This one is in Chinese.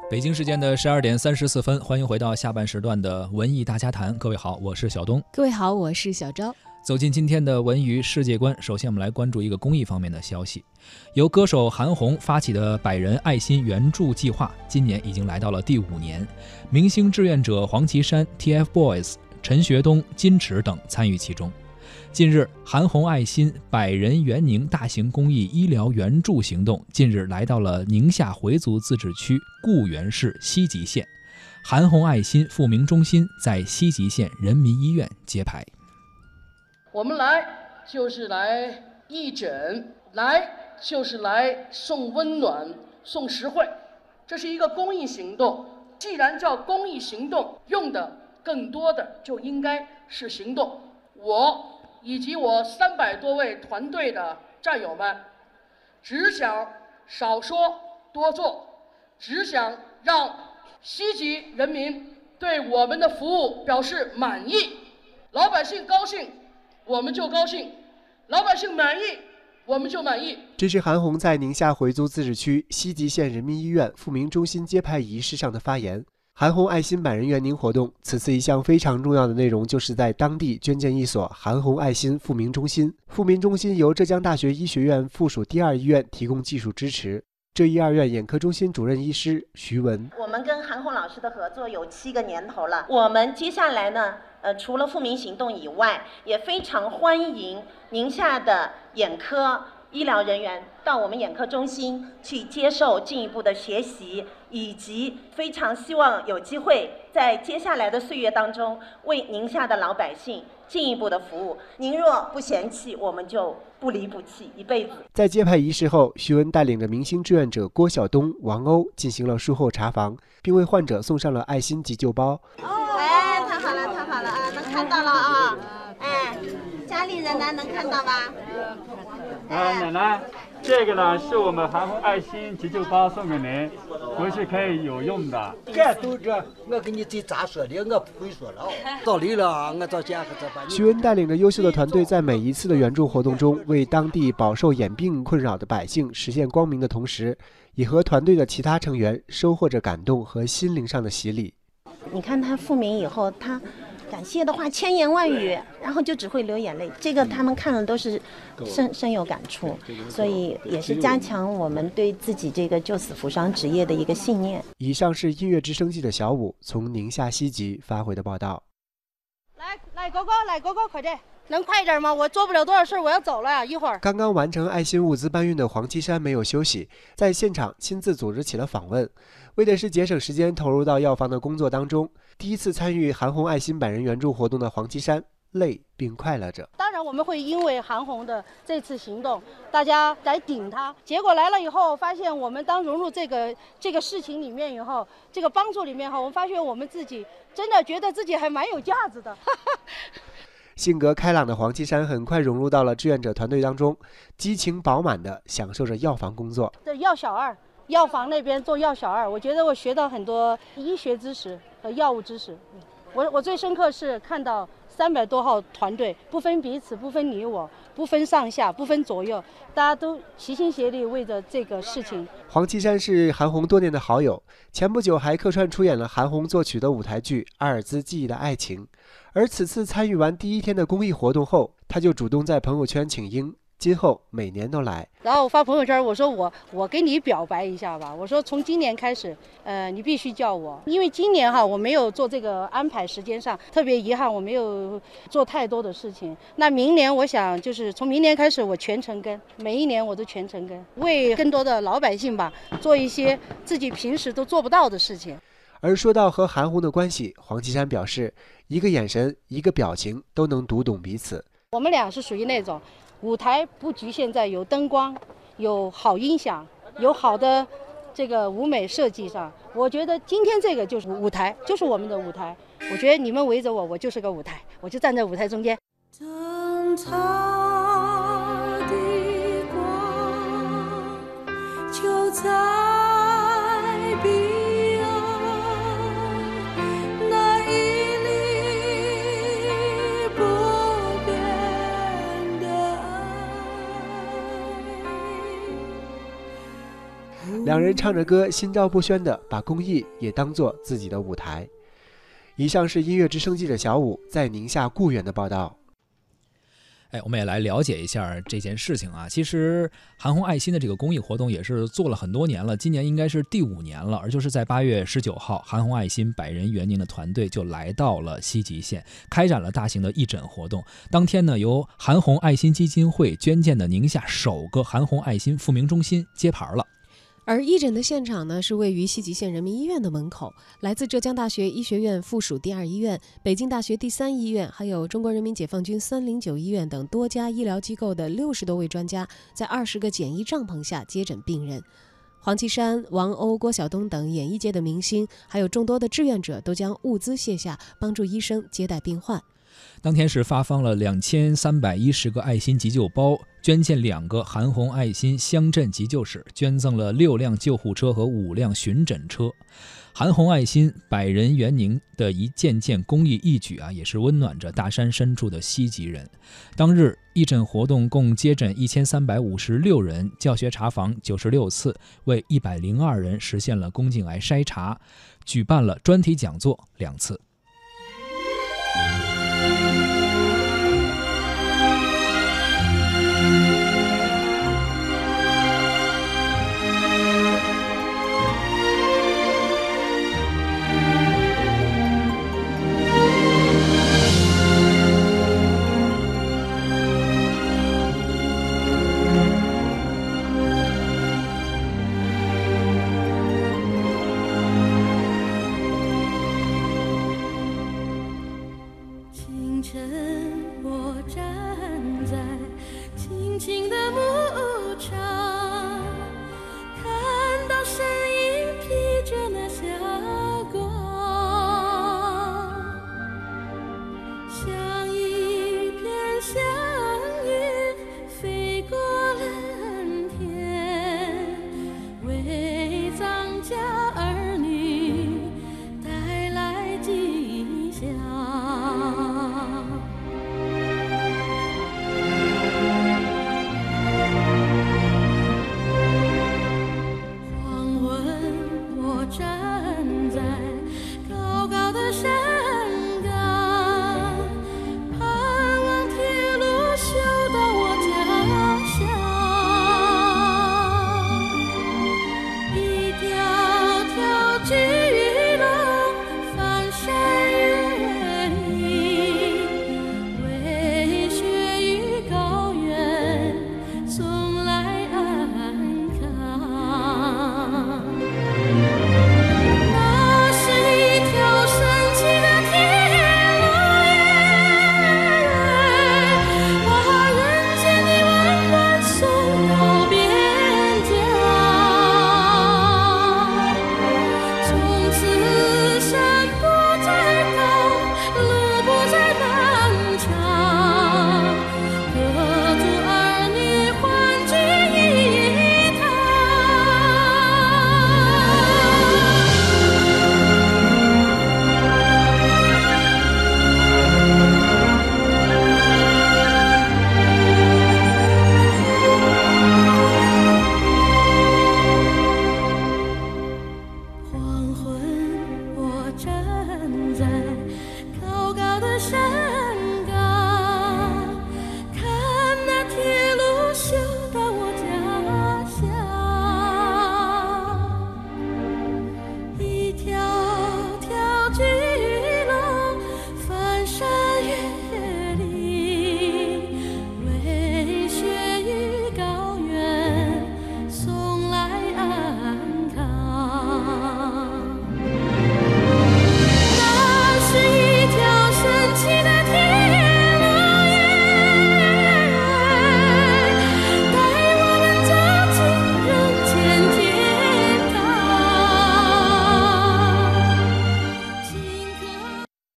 北京时间的12点34分，欢迎回到下半时段的文艺大家谈。各位好，我是小东。 各位好，我是小昭。 走进今天的文娱世界观，首先我们来关注一个公益方面的消息。由歌手韩红发起的百人爱心援助计划，今年已经来到了第5年。明星志愿者黄绮珊、TFBOYS、陈学冬、金池等参与其中。近日，韩红爱心百人援宁大型公益医疗援助行动近日来到了宁夏回族自治区固原市西吉县。韩红爱心复明中心在西吉县人民医院揭牌。 我们来就是来义诊，来就是来送温暖、送实惠，这是一个公益行动。既然叫公益行动，用的更多的就应该是行动。我以及我300多位团队的战友们，只想少说多做，只想让西吉人民对我们的服务表示满意。老百姓高兴我们就高兴，老百姓满意我们就满意。 这是韩红在宁夏回族自治区西吉县人民医院复明中心揭牌仪式上的发言。韩红爱心百人援宁活动，此次一项非常重要的内容就是在当地捐建一所韩红爱心复明中心。复明中心由浙江大学医学院附属第2医院提供技术支持。浙医2院眼科中心主任医师徐文， 我们跟韩红老师的合作有7个年头了。我们接下来呢，除了复明行动以外，也非常欢迎宁夏的眼科医疗人员到我们眼科中心去接受进一步的学习，以及非常希望有机会在接下来的岁月当中为宁夏的老百姓进一步的服务。您若不嫌弃，我们就不离不弃一辈子。在揭牌仪式后，徐文带领着明星志愿者郭晓东、王鸥进行了术后查房，并为患者送上了爱心急救包。 哎，太好了，太好了啊！能看到了啊！哎，家里人呢能看到吧？ 奶奶，这个呢是我们韩红爱心急救包，送给您，回去可以有用的。 干都这，我给你最咋说的，我不会说了。到离了，我到家可这把。 徐文带领着优秀的团队，在每一次的援助活动中，为当地饱受眼病困扰的百姓实现光明的同时，也和团队的其他成员收获着感动和心灵上的洗礼。 你看他复明以后，他感谢的话千言万语，然后就只会流眼泪，这个他们看了都是深有感触，所以也是加强我们对自己这个救死扶伤职业的一个信念。 以上是音乐之声记者小武从宁夏西吉发回的报道。 来哥哥，快点，能快点吗？我做不了多少事，我要走了，一会儿。 刚刚完成爱心物资搬运的黄绮珊没有休息，在现场亲自组织起了访问，为的是节省时间投入到药房的工作当中。第一次参与韩红爱心百人援助活动的黄绮珊累并快乐着。 当然我们会因为韩红的这次行动，大家来顶她，结果来了以后发现，我们当融入这个事情里面以后，这个帮助里面后，我们发现我们自己真的觉得自己还蛮有价值的。 性格开朗的黄绮珊很快融入到了志愿者团队当中，激情饱满地享受着药房工作。 这药小二，药房那边做药小二，我觉得我学到很多医学知识和药物知识。我最深刻是看到300多号团队，不分彼此，不分你我，不分上下，不分左右，大家都齐心协力为着这个事情。 黄绮珊是韩红多年的好友，前不久还客串出演了韩红作曲的舞台剧《阿尔兹记忆的爱情》。而此次参与完第1天的公益活动后，他就主动在朋友圈请缨，今后每年都来。 然后我发朋友圈，我说我给你表白一下吧，我说从今年开始，你必须叫我，因为今年我没有做这个安排，时间上特别遗憾，我没有做太多的事情。那明年我想就是从明年开始，我全程跟，每一年我都全程跟，为更多的老百姓吧，做一些自己平时都做不到的事情。 而说到和韩红的关系，黄绮珊表示，一个眼神，一个表情都能读懂彼此。 我们俩是属于那种舞台不局限在有灯光、有好音响、有好的这个舞美设计上。我觉得今天这个就是舞台，就是我们的舞台。我觉得你们围着我，我就是个舞台，我就站在舞台中间。 灯塔的光就在彼岸，那一粒不变的爱。 两人唱着歌，心照不宣地把公益也当作自己的舞台。以上是音乐之声记者小武在宁夏固原的报道。 我们也来了解一下这件事情啊。其实韩红爱心的这个公益活动也是做了很多年了，今年应该是第5年了。而就是在8月19号，韩红爱心百人援宁的团队就来到了西吉县，开展了大型的义诊活动。当天呢，由韩红爱心基金会捐建的宁夏首个韩红爱心复明中心揭牌了。 而义诊的现场呢，是位于西吉县人民医院的门口。来自浙江大学医学院附属第2医院、北京大学第3医院，还有中国人民解放军309医院等多家医疗机构的60多位专家，在20个简易帐篷下接诊病人。黄绮珊、王鸥、郭晓东等演艺界的明星，还有众多的志愿者都将物资卸下，帮助医生接待病患。 当天是发放了2310个爱心急救包，捐建2个韩红爱心乡镇急救室，捐赠了6辆救护车和5辆巡诊车。韩红爱心百人援宁的一件件公益义举啊，也是温暖着大山深处的西吉人。当日义诊活动共接诊1356人，教学查房96次，为102人实现了宫颈癌筛查，举办了专题讲座2次。 我站在青青的牧场，看到身影披着那霞光，像一片祥云飞过蓝天，为藏家